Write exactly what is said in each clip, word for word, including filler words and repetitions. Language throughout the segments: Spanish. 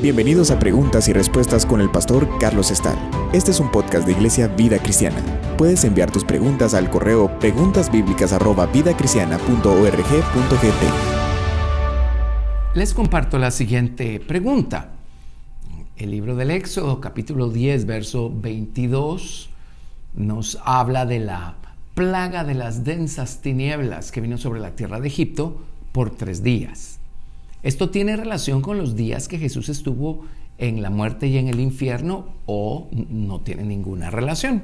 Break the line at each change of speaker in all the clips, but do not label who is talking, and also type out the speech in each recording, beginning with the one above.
Bienvenidos a Preguntas y Respuestas con el pastor Carlos Estal. Este es un podcast de Iglesia Vida Cristiana. Puedes enviar tus preguntas al correo preguntasbiblicas arroba vidacristiana punto org punto gt.
Les comparto la siguiente pregunta. El libro del Éxodo, capítulo diez, verso veintidós, nos habla de la plaga de las densas tinieblas que vino sobre la tierra de Egipto por tres días. ¿Esto tiene relación con los días que Jesús estuvo en la muerte y en el infierno o no tiene ninguna relación?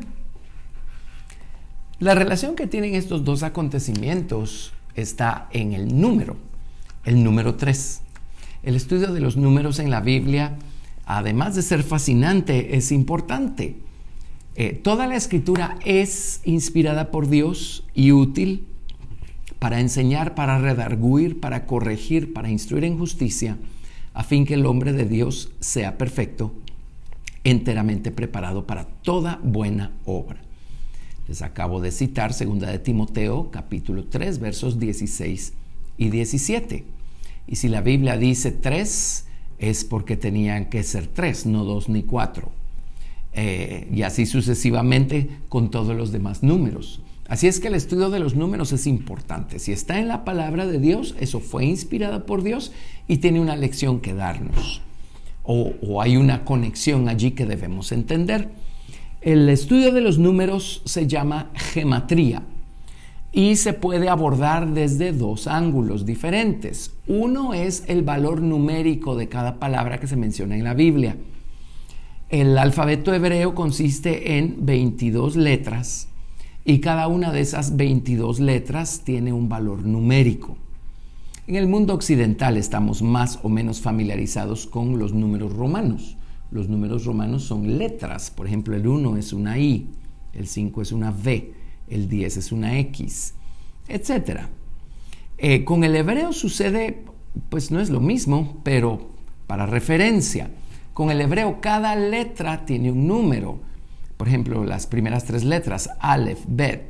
La relación que tienen estos dos acontecimientos está en el número, el número tres. El estudio de los números en la Biblia, además de ser fascinante, es importante. Eh, toda la Escritura es inspirada por Dios y útil para enseñar, para redarguir, para corregir, para instruir en justicia, a fin que el hombre de Dios sea perfecto, enteramente preparado para toda buena obra. Les acabo de citar segunda de Timoteo, capítulo tres, versos dieciséis y diecisiete. Y si la Biblia dice tres, es porque tenían que ser tres, no dos ni cuatro. Eh, y así sucesivamente con todos los demás números. Así es que el estudio de los números es importante. Si está en la palabra de Dios, eso fue inspirado por Dios y tiene una lección que darnos. O, o hay una conexión allí que debemos entender. El estudio de los números se llama gematría y se puede abordar desde dos ángulos diferentes. Uno es el valor numérico de cada palabra que se menciona en la Biblia. El alfabeto hebreo consiste en veintidós letras. Y cada una de esas veintidós letras tiene un valor numérico. En el mundo occidental estamos más o menos familiarizados con los números romanos. Los números romanos son letras. Por ejemplo, el uno es una I, el cinco es una V, el diez es una X, etcétera. Eh, con el hebreo sucede, pues no es lo mismo, pero para referencia, con el hebreo cada letra tiene un número. Por ejemplo, las primeras tres letras, Aleph, Bet,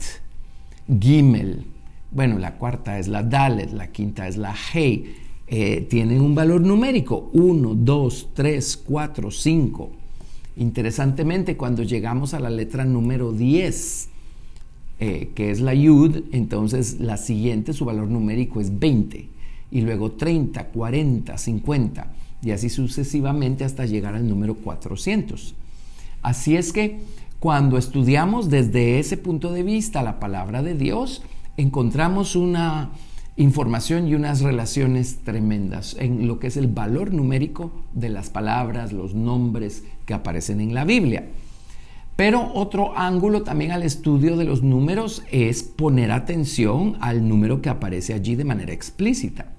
Gimel, bueno, la cuarta es la Dalet, la quinta es la Hei, eh, tienen un valor numérico, uno, dos, tres, cuatro, cinco. Interesantemente, cuando llegamos a la letra número diez, eh, que es la Yud, entonces la siguiente, su valor numérico es veinte, y luego treinta, cuarenta, cincuenta, y así sucesivamente hasta llegar al número cuatrocientos. Así es que cuando estudiamos desde ese punto de vista la palabra de Dios, encontramos una información y unas relaciones tremendas en lo que es el valor numérico de las palabras, los nombres que aparecen en la Biblia. Pero otro ángulo también al estudio de los números es poner atención al número que aparece allí de manera explícita.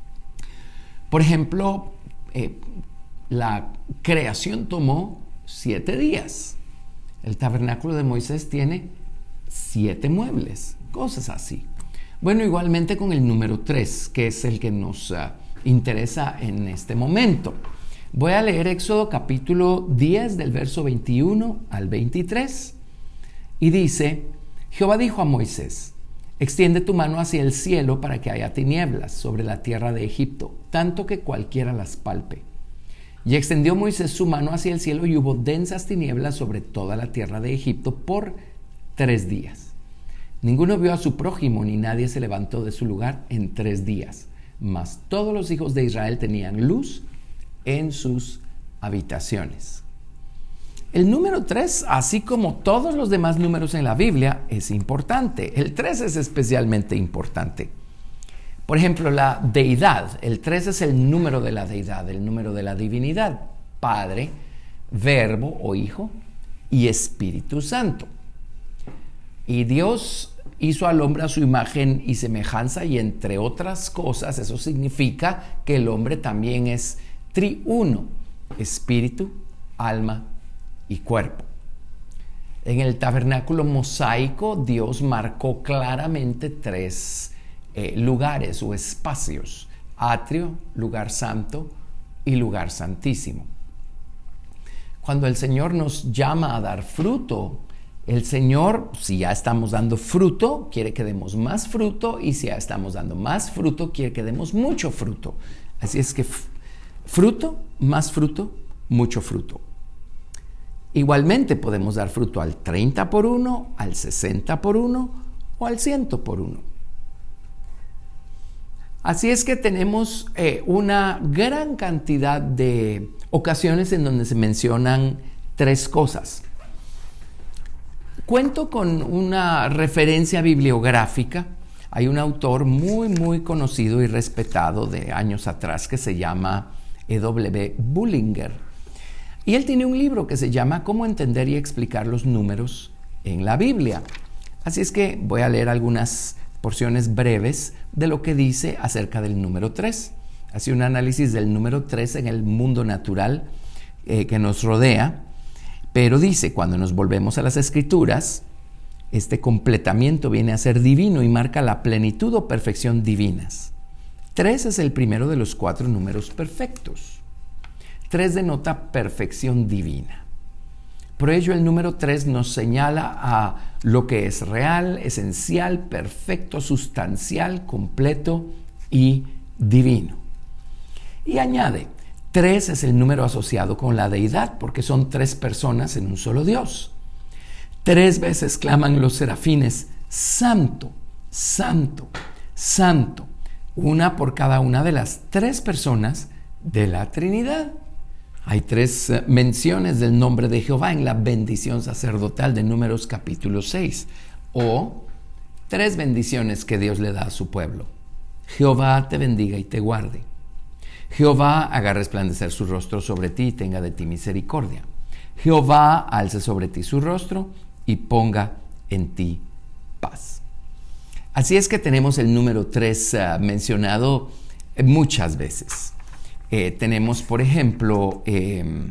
Por ejemplo, eh, la creación tomó siete días. El tabernáculo de Moisés tiene siete muebles, cosas así. Bueno, igualmente con el número tres, que es el que nos uh, interesa en este momento. Voy a leer Éxodo capítulo diez del verso veintiuno al veintitrés y dice: Jehová dijo a Moisés: extiende tu mano hacia el cielo para que haya tinieblas sobre la tierra de Egipto, tanto que cualquiera las palpe. Y extendió Moisés su mano hacia el cielo y hubo densas tinieblas sobre toda la tierra de Egipto por tres días. Ninguno vio a su prójimo ni nadie se levantó de su lugar en tres días. Mas todos los hijos de Israel tenían luz en sus habitaciones. El número tres, así como todos los demás números en la Biblia, es importante. El tres es especialmente importante. Por ejemplo, la deidad. El tres es el número de la deidad, el número de la divinidad. Padre, Verbo o Hijo y Espíritu Santo. Y Dios hizo al hombre a su imagen y semejanza, y entre otras cosas, eso significa que el hombre también es triuno: espíritu, alma y cuerpo. En el tabernáculo mosaico, Dios marcó claramente tres Eh, lugares o espacios: atrio, lugar santo y lugar santísimo. Cuando el Señor nos llama a dar fruto, el Señor, si ya estamos dando fruto, quiere que demos más fruto, y si ya estamos dando más fruto, quiere que demos mucho fruto. Así es que Fruto, más fruto, mucho fruto. Igualmente podemos dar fruto al treinta por uno, al sesenta por uno o al cien por uno. Así es que tenemos eh, una gran cantidad de ocasiones en donde se mencionan tres cosas. Cuento con una referencia bibliográfica. Hay un autor muy, muy conocido y respetado de años atrás que se llama E W Bullinger. Y él tiene un libro que se llama Cómo entender y explicar los números en la Biblia. Así es que voy a leer algunas porciones breves de lo que dice acerca del número tres. Hace un análisis del número tres en el mundo natural eh, que nos rodea, pero dice, cuando nos volvemos a las Escrituras, este completamiento viene a ser divino y marca la plenitud o perfección divinas. Tres es el primero de los cuatro números perfectos. Tres denota perfección divina. Por ello, el número tres nos señala a lo que es real, esencial, perfecto, sustancial, completo y divino. Y añade, tres es el número asociado con la deidad, porque son tres personas en un solo Dios. Tres veces claman los serafines, santo, santo, santo, una por cada una de las tres personas de la Trinidad. Hay tres menciones del nombre de Jehová en la bendición sacerdotal de Números capítulo seis, o tres bendiciones que Dios le da a su pueblo. Jehová te bendiga y te guarde. Jehová haga resplandecer su rostro sobre ti y tenga de ti misericordia. Jehová alce sobre ti su rostro y ponga en ti paz. Así es que tenemos el número tres uh, mencionado muchas veces. Eh, tenemos, por ejemplo, eh,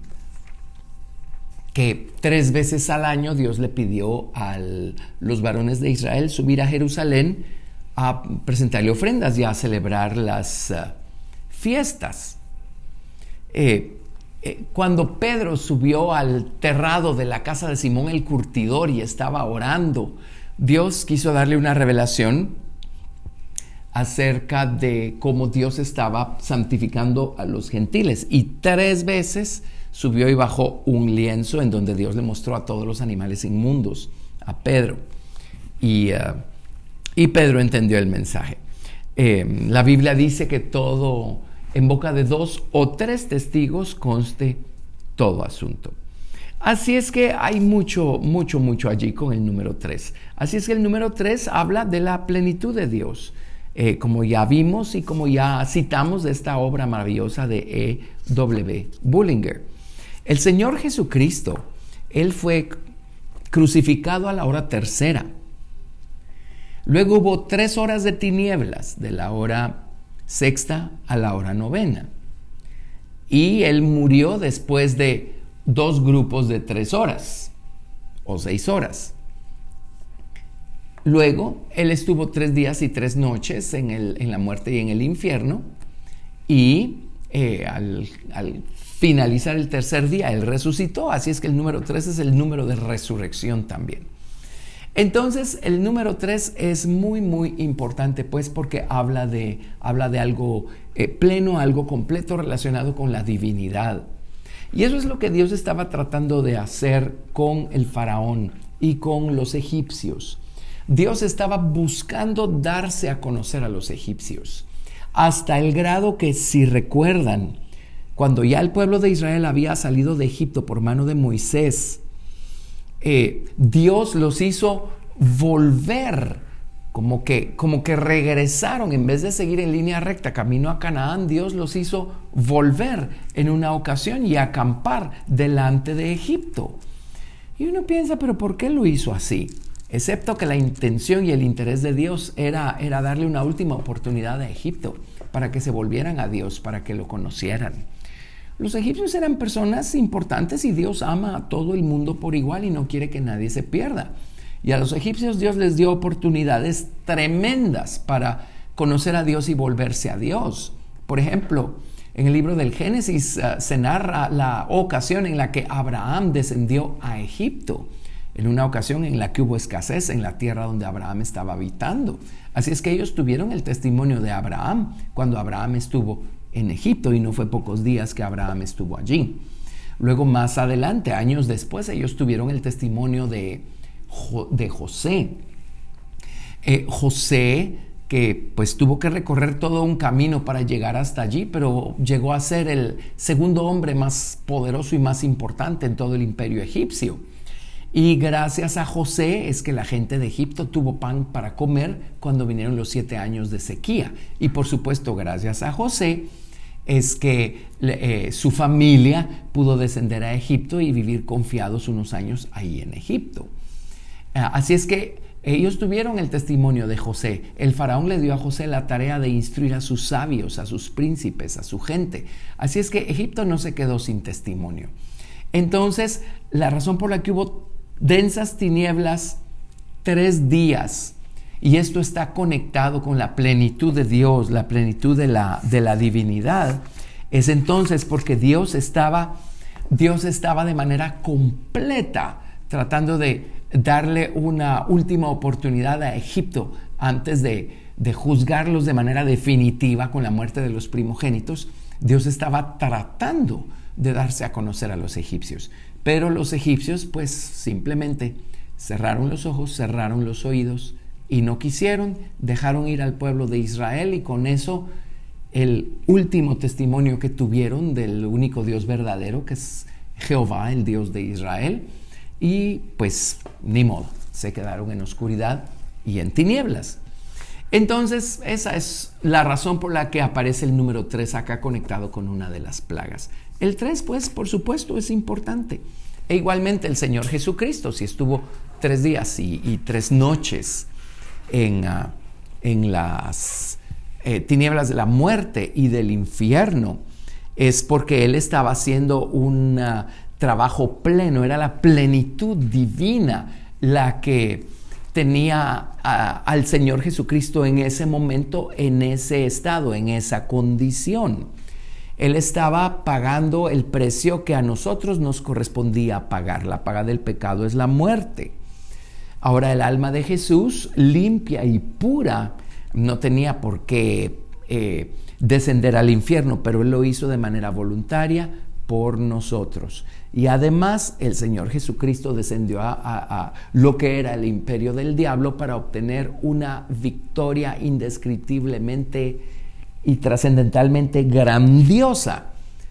que tres veces al año Dios le pidió a los varones de Israel subir a Jerusalén a presentarle ofrendas y a celebrar las uh, fiestas. Eh, eh, cuando Pedro subió al terrado de la casa de Simón el curtidor y estaba orando, Dios quiso darle una revelación acerca de cómo Dios estaba santificando a los gentiles, y tres veces subió y bajó un lienzo en donde Dios le mostró a todos los animales inmundos a Pedro, y, uh, y Pedro entendió el mensaje. Eh, la Biblia dice que todo, en boca de dos o tres testigos conste todo asunto. Así es que hay mucho, mucho, mucho allí con el número tres. Así es que el número tres habla de la plenitud de Dios. Eh, como ya vimos y como ya citamos de esta obra maravillosa de E W Bullinger. El Señor Jesucristo, Él fue crucificado a la hora tercera. Luego hubo tres horas de tinieblas, de la hora sexta a la hora novena. Y Él murió después de dos grupos de tres horas o seis horas. Luego, Él estuvo tres días y tres noches en, el, en la muerte y en el infierno, y eh, al, al finalizar el tercer día, Él resucitó. Así es que el número tres es el número de resurrección también. Entonces, el número tres es muy, muy importante, pues, porque habla de, habla de algo eh, pleno, algo completo relacionado con la divinidad. Y eso es lo que Dios estaba tratando de hacer con el faraón y con los egipcios. Dios estaba buscando darse a conocer a los egipcios, hasta el grado que, si recuerdan, cuando ya el pueblo de Israel había salido de Egipto por mano de Moisés, eh, Dios los hizo volver, como que, como que regresaron, en vez de seguir en línea recta camino a Canaán. Dios los hizo volver en una ocasión y acampar delante de Egipto. Y uno piensa, ¿pero por qué lo hizo así? Excepto que la intención y el interés de Dios era, era darle una última oportunidad a Egipto para que se volvieran a Dios, para que lo conocieran. Los egipcios eran personas importantes y Dios ama a todo el mundo por igual y no quiere que nadie se pierda. Y a los egipcios Dios les dio oportunidades tremendas para conocer a Dios y volverse a Dios. Por ejemplo, en el libro del Génesis uh, se narra la ocasión en la que Abraham descendió a Egipto, en una ocasión en la que hubo escasez en la tierra donde Abraham estaba habitando. Así es que ellos tuvieron el testimonio de Abraham cuando Abraham estuvo en Egipto, y no fue pocos días que Abraham estuvo allí. Luego, más adelante, años después, ellos tuvieron el testimonio de, de José. Eh, José, que pues tuvo que recorrer todo un camino para llegar hasta allí, pero llegó a ser el segundo hombre más poderoso y más importante en todo el imperio egipcio. Y gracias a José es que la gente de Egipto tuvo pan para comer cuando vinieron los siete años de sequía. Y por supuesto, gracias a José es que eh, su familia pudo descender a Egipto y vivir confiados unos años ahí en Egipto. Eh, así es que ellos tuvieron el testimonio de José. El faraón le dio a José la tarea de instruir a sus sabios, a sus príncipes, a su gente. Así es que Egipto no se quedó sin testimonio. Entonces, la razón por la que hubo densas tinieblas tres días, y esto está conectado con la plenitud de Dios, la plenitud de la, de la divinidad, es entonces porque Dios estaba, Dios estaba de manera completa tratando de darle una última oportunidad a Egipto antes de, de juzgarlos de manera definitiva con la muerte de los primogénitos. Dios estaba tratando de darse a conocer a los egipcios, pero los egipcios pues simplemente cerraron los ojos, cerraron los oídos y no quisieron, dejaron ir al pueblo de Israel, y con eso el último testimonio que tuvieron del único Dios verdadero, que es Jehová, el Dios de Israel. Y pues ni modo, se quedaron en oscuridad y en tinieblas. Entonces esa es la razón por la que aparece el número tres acá conectado con una de las plagas. El tres pues por supuesto es importante. E igualmente el Señor Jesucristo, si estuvo tres días y, y tres noches en, uh, en las eh, tinieblas de la muerte y del infierno, es porque Él estaba haciendo una trabajo pleno, era la plenitud divina la que tenía a, al Señor Jesucristo en ese momento, en ese estado, en esa condición. Él estaba pagando el precio que a nosotros nos correspondía pagar. La paga del pecado es la muerte. Ahora, el alma de Jesús, limpia y pura, no tenía por qué eh, descender al infierno, pero Él lo hizo de manera voluntaria por nosotros. Y además el Señor Jesucristo descendió a, a, a lo que era el imperio del diablo para obtener una victoria indescriptiblemente y trascendentalmente grandiosa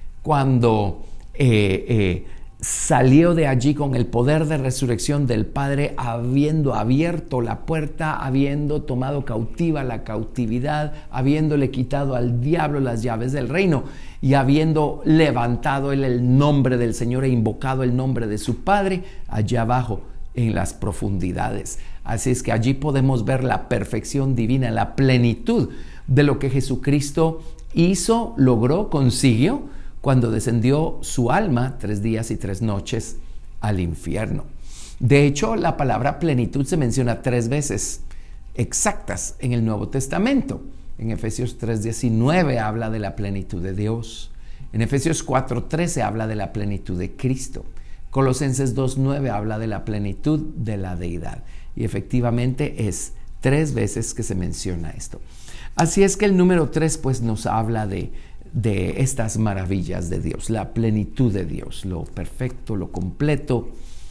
cuando eh, eh, salió de allí con el poder de resurrección del Padre, habiendo abierto la puerta, habiendo tomado cautiva la cautividad, habiéndole quitado al diablo las llaves del reino y habiendo levantado él el nombre del Señor e invocado el nombre de su Padre allá abajo en las profundidades. Así es que allí podemos ver la perfección divina, la plenitud de lo que Jesucristo hizo, logró, consiguió cuando descendió su alma tres días y tres noches al infierno. De hecho, la palabra plenitud se menciona tres veces exactas en el Nuevo Testamento. En Efesios tres diecinueve habla de la plenitud de Dios. En Efesios cuatro trece habla de la plenitud de Cristo. Colosenses dos nueve habla de la plenitud de la deidad. Y efectivamente es tres veces que se menciona esto. Así es que el número tres pues nos habla de de estas maravillas de Dios, la plenitud de Dios, lo perfecto, lo completo,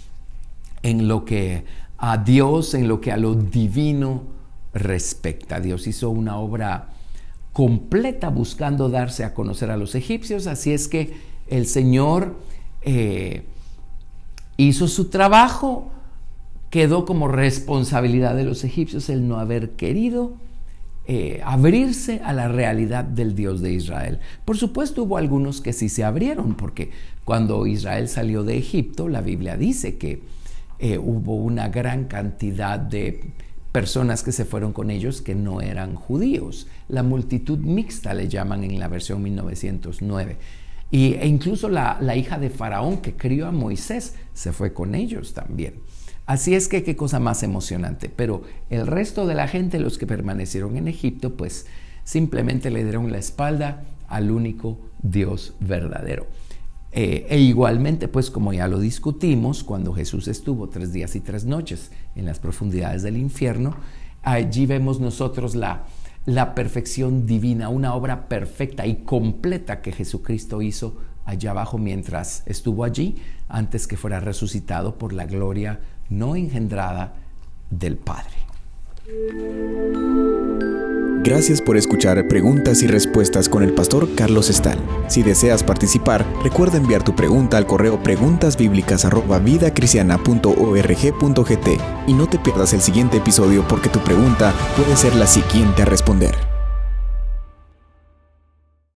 en lo que a Dios, en lo que a lo divino respecta. Dios hizo una obra completa buscando darse a conocer a los egipcios, así es que el Señor eh, hizo su trabajo, quedó como responsabilidad de los egipcios el no haber querido Eh, abrirse a la realidad del Dios de Israel. Por supuesto hubo algunos que sí se abrieron, porque cuando Israel salió de Egipto, la Biblia dice que eh, hubo una gran cantidad de personas que se fueron con ellos que no eran judíos. La multitud mixta le llaman en la versión mil novecientos nueve. Y, e incluso la, la hija de Faraón que crió a Moisés se fue con ellos también. Así es que qué cosa más emocionante, pero el resto de la gente, los que permanecieron en Egipto, pues simplemente le dieron la espalda al único Dios verdadero. Eh, e igualmente, pues como ya lo discutimos, cuando Jesús estuvo tres días y tres noches en las profundidades del infierno, allí vemos nosotros la, la perfección divina, una obra perfecta y completa que Jesucristo hizo allá abajo mientras estuvo allí, antes que fuera resucitado por la gloria no engendrada del Padre.
Gracias por escuchar Preguntas y Respuestas con el pastor Carlos Estal. Si deseas participar, recuerda enviar tu pregunta al correo preguntasbiblicas arroba vidacristiana punto org punto gt y no te pierdas el siguiente episodio porque tu pregunta puede ser la siguiente a responder.